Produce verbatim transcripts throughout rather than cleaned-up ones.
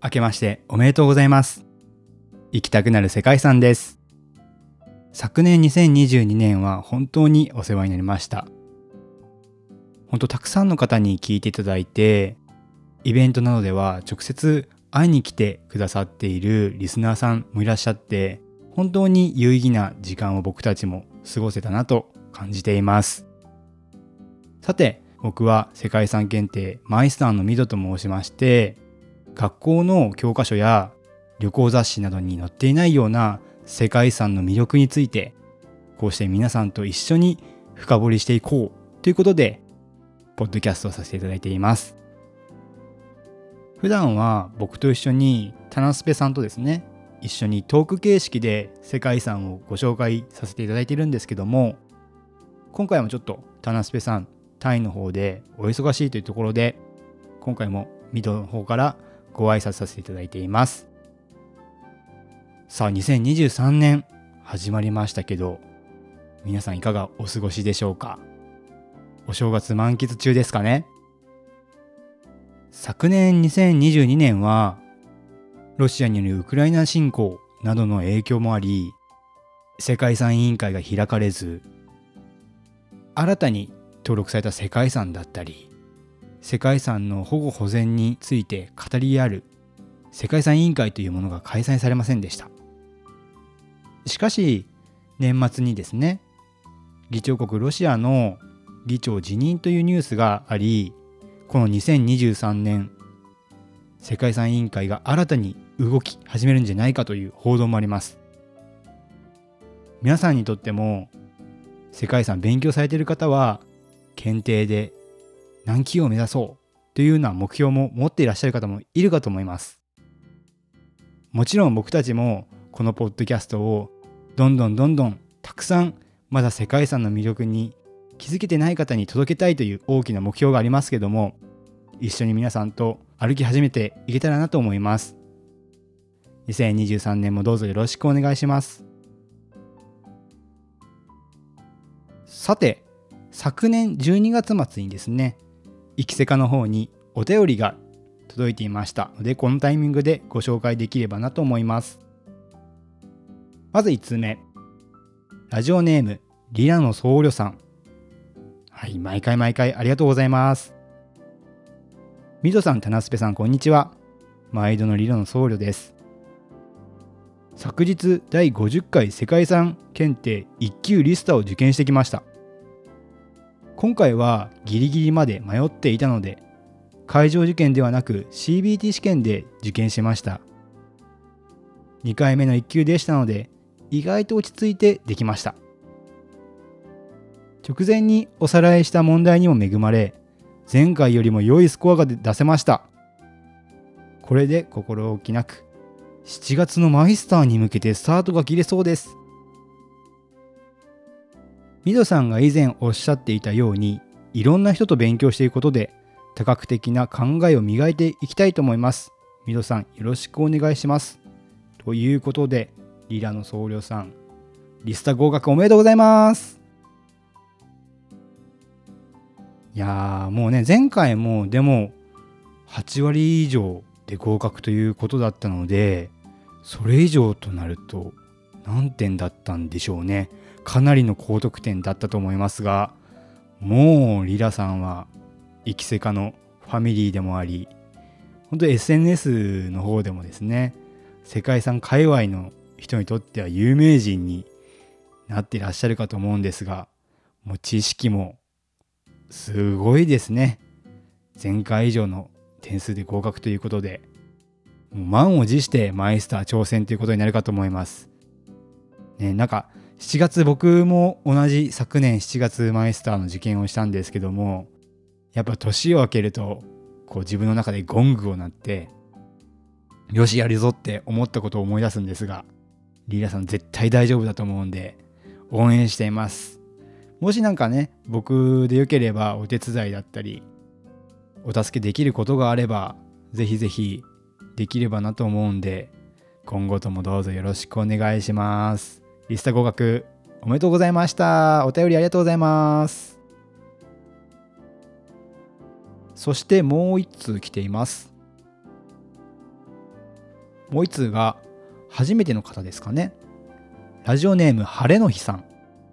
明けましておめでとうございます。行きたくなる世界遺産です。昨年にせんにじゅうにねんは本当にお世話になりました。本当たくさんの方に聞いていただいて、イベントなどでは直接会いに来てくださっているリスナーさんもいらっしゃって、本当に有意義な時間を僕たちも過ごせたなと感じています。さて、僕は世界遺産検定マイスターのミドと申しまして、学校の教科書や旅行雑誌などに載っていないような世界遺産の魅力について、こうして皆さんと一緒に深掘りしていこうということでポッドキャストをさせていただいています。普段は僕と一緒にタナスペさんとですね、一緒にトーク形式で世界遺産をご紹介させていただいているんですけども、今回もちょっとタナスペさんタイの方でお忙しいというところで、今回もミドの方からご挨拶させていただいています。さあにせんにじゅうさんねん始まりましたけど、皆さんいかがお過ごしでしょうか。お正月満喫中ですかね。昨年にせんにじゅうにねんはロシアによるウクライナ侵攻などの影響もあり、世界遺産委員会が開かれず、新たに登録された世界遺産だったり、世界遺産の保護保全について語り合う世界遺産委員会というものが開催されませんでした。しかし年末にですね、議長国ロシアの議長辞任というニュースがあり、このにせんにじゅうさんねん世界遺産委員会が新たに動き始めるんじゃないかという報道もあります。皆さんにとっても世界遺産勉強されている方は、検定で何級を目指そうというような目標も持っていらっしゃる方もいるかと思います。もちろん僕たちもこのポッドキャストをどんどんどんどんたくさんまだ世界遺産の魅力に気づけてない方に届けたいという大きな目標がありますけども、一緒に皆さんと歩き始めていけたらなと思います。にせんにじゅうさんねんもどうぞよろしくお願いします。さて、昨年じゅうにがつ末にですね、いきせかの方にお便りが届いていましたので、このタイミングでご紹介できればなと思います。まずいつつめ、ラジオネームリラの僧侶さん。はい、毎回毎回ありがとうございます。ミドさん、タナスペさん、こんにちは。毎度のリラの僧侶です。昨日だいごじゅっかい世界遺産検定いっきゅうリスタを受験してきました。今回はギリギリまで迷っていたので、会場受験ではなく シービーティー 試験で受験しました。にかいめのいっ級でしたので、意外と落ち着いてできました。直前におさらいした問題にも恵まれ、前回よりも良いスコアが出せました。これで心置きなくしちがつのマイスターに向けてスタートが切れそうです。ミドさんが以前おっしゃっていたように、いろんな人と勉強していくことで多角的な考えを磨いていきたいと思います。ミドさん、よろしくお願いします。ということで、リラの僧侶さん、リスタ合格おめでとうございます。いやー、もうね、前回もでもはちわり以上で合格ということだったので、それ以上となると何点だったんでしょうね。かなりの高得点だったと思いますが、もうリラさんはいきせかのファミリーでもあり、本当に エスエヌエス の方でもですね、世界遺産界隈の人にとっては有名人になっていらっしゃるかと思うんですが、もう知識もすごいですね。前回以上の点数で合格ということで、もう満を持してマイスター挑戦ということになるかと思います。ね、なんかしちがつ、僕も同じ昨年しちがつマイスターの受験をしたんですけども、やっぱ年を明けるとこう自分の中でゴングを鳴って、よしやるぞって思ったことを思い出すんですが、リラさん絶対大丈夫だと思うんで応援しています。もしなんかね、僕でよければお手伝いだったりお助けできることがあれば、ぜひぜひできればなと思うんで、今後ともどうぞよろしくお願いします。リスタ合格おめでとうございました。お便りありがとうございます。そしてもう一通来ています。 もう一通が初めての方ですかね。ラジオネーム晴れの日さん。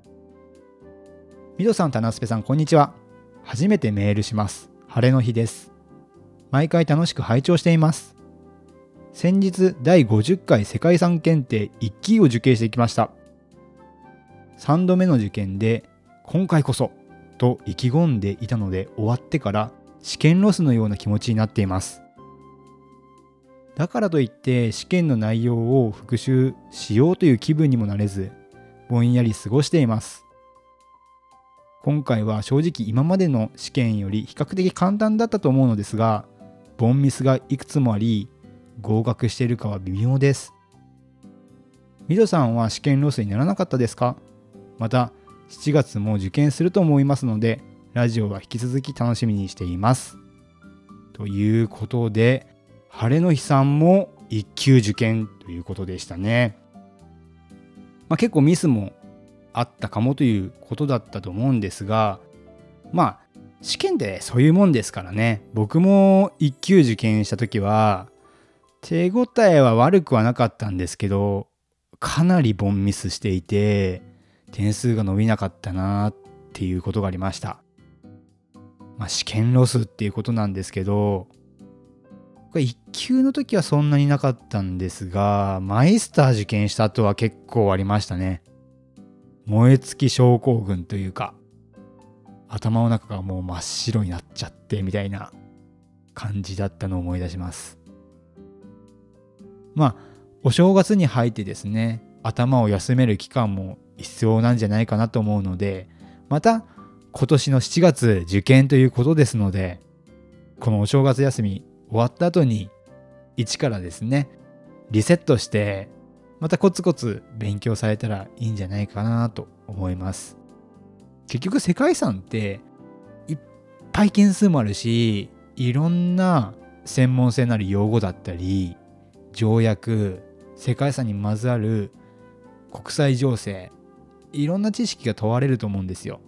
みどさん、たなすぺさん、こんにちは。初めてメールします。晴れの日です。毎回楽しく拝聴しています。先日だいごじゅっかい世界遺産検定いっきいを受験してきました。さんどめの受験で今回こそと意気込んでいたので、終わってから試験ロスのような気持ちになっています。だからといって試験の内容を復習しようという気分にもなれず、ぼんやり過ごしています。今回は正直今までの試験より比較的簡単だったと思うのですが、ボンミスがいくつもあり、合格しているかは微妙です。みどさんは試験ロスにならなかったですか？またしちがつも受験すると思いますので、ラジオは引き続き楽しみにしています。ということで、晴れの日さんもいっきゅう受験ということでしたね。まあ、結構ミスもあったかもということだったと思うんですが、まあ試験ってそういうもんですからね。僕もいっきゅう受験した時は手応えは悪くはなかったんですけど、かなりボンミスしていて点数が伸びなかったなっていうことがありました。まあ試験ロスっていうことなんですけど、これいっきゅうの時はそんなになかったんですが、マイスター受験した後は結構ありましたね。燃え尽き症候群というか、頭の中がもう真っ白になっちゃってみたいな感じだったのを思い出します。まあお正月に入ってですね、頭を休める期間も必要なんじゃないかなと思うので、また今年のしちがつ受験ということですので、このお正月休み終わった後に一からですね、リセットしてまたコツコツ勉強されたらいいんじゃないかなと思います。結局世界遺産っていっぱい件数もあるし、いろんな専門性のある用語だったり条約、世界遺産にまつわる国際情勢、いろんな知識が問われると思うんですよ。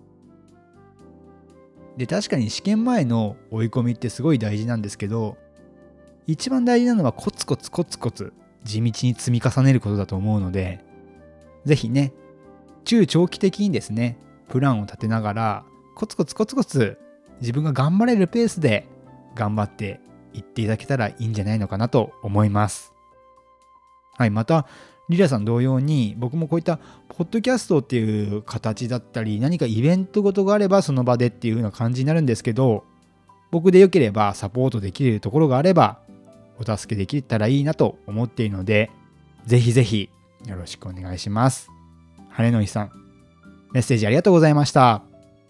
で、確かに試験前の追い込みってすごい大事なんですけど、一番大事なのはコツコツコツコツ地道に積み重ねることだと思うので、ぜひね、中長期的にですね、プランを立てながらコツコツコツコツ自分が頑張れるペースで頑張っていっていただけたらいいんじゃないのかなと思います。はい、またリラさん同様に、僕もこういったポッドキャストっていう形だったり、何かイベントごとがあればその場でっていう風な感じになるんですけど、僕でよければサポートできるところがあればお助けできたらいいなと思っているので、ぜひぜひよろしくお願いします。晴れの日さん、メッセージありがとうございました。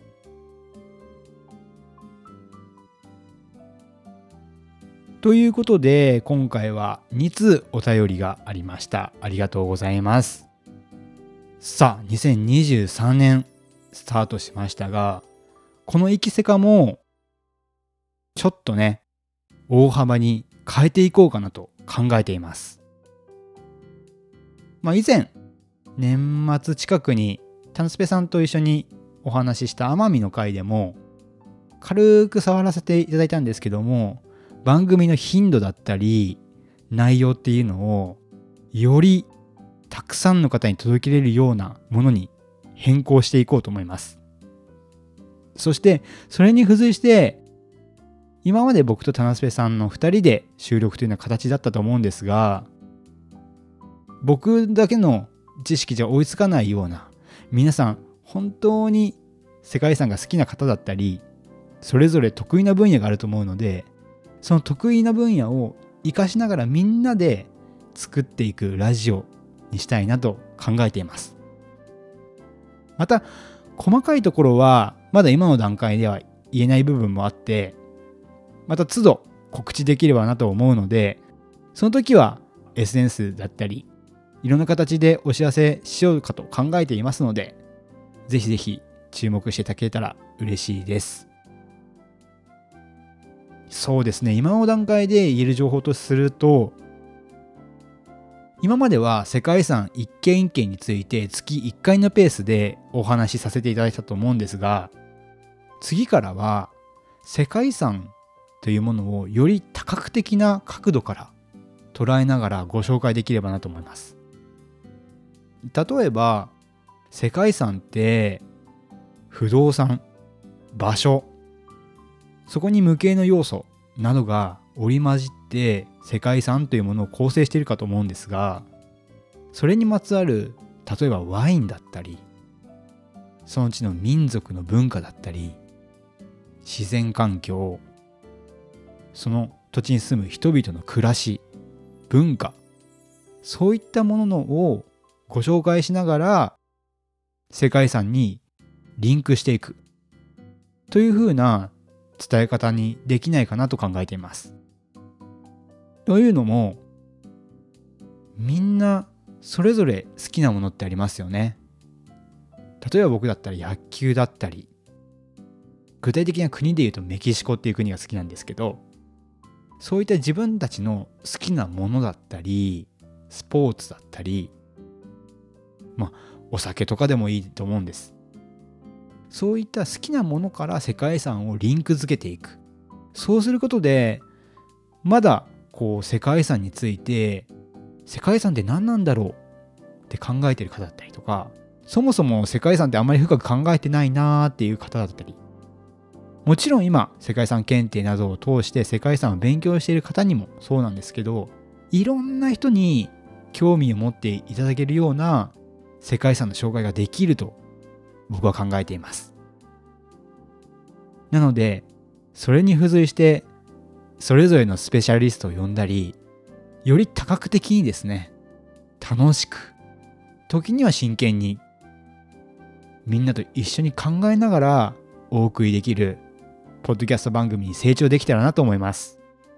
ということで、今回はにつうお便りがありました。ありがとうございます。さあ、にせんにじゅうさんねんスタートしましたが、この生きせかもちょっとね、大幅に変えていこうかなと考えています。まあ以前、年末近くにタンスペさんと一緒にお話しした奄美の回でも軽く触らせていただいたんですけども、番組の頻度だったり内容っていうのをよりたくさんの方に届けれるようなものに変更していこうと思います。そしてそれに付随して、今まで僕とタナスペさんのふたりで収録というような形だったと思うんですが、僕だけの知識じゃ追いつかないような、皆さん本当に世界遺産が好きな方だったり、それぞれ得意な分野があると思うので、その得意な分野を活かしながらみんなで作っていくラジオにしたいなと考えています。また細かいところはまだ今の段階では言えない部分もあって、また都度告知できればなと思うので、その時は エスエヌエス だったりいろんな形でお知らせしようかと考えていますので、ぜひぜひ注目していただけたら嬉しいです。そうですね、今の段階で言える情報とすると、今までは世界遺産一軒一軒について月いっかいのペースでお話しさせていただいたと思うんですが、次からは世界遺産というものをより多角的な角度から捉えながらご紹介できればなと思います。例えば世界遺産って不動産、場所、そこに無形の要素などが織り交じって世界遺産というものを構成しているかと思うんですが、それにまつわる例えばワインだったり、その地の民族の文化だったり、自然環境、その土地に住む人々の暮らし、文化、そういったものをご紹介しながら世界遺産にリンクしていくというふうな伝え方にできないかなと考えています。というのも、みんなそれぞれ好きなものってありますよね。例えば僕だったら野球だったり、具体的な国でいうとメキシコっていう国が好きなんですけど、そういった自分たちの好きなものだったり、スポーツだったり、まあお酒とかでもいいと思うんです。そういった好きなものから世界遺産をリンク付けていく。そうすることで、まだこう世界遺産について、世界遺産って何なんだろうって考えている方だったりとか、そもそも世界遺産ってあんまり深く考えてないなーっていう方だったり、もちろん今世界遺産検定などを通して世界遺産を勉強している方にもそうなんですけど、いろんな人に興味を持っていただけるような世界遺産の紹介ができると僕は考えています。なのでそれに付随してそれぞれのスペシャリストを呼んだり、より多角的にですね、楽しく、時には真剣に、みんなと一緒に考えながらお送りできるポッドキャスト番組に成長できたらなと思います。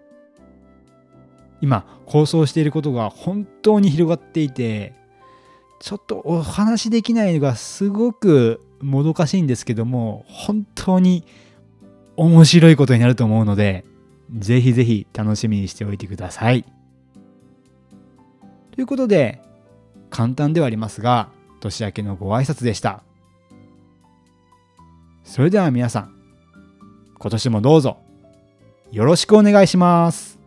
今構想していることが本当に広がっていて、ちょっとお話できないのがすごくもどかしいんですけども、本当に面白いことになると思うので、ぜひぜひ楽しみにしておいてください。ということで、簡単ではありますが、年明けのご挨拶でした。それでは皆さん、今年もどうぞよろしくお願いします。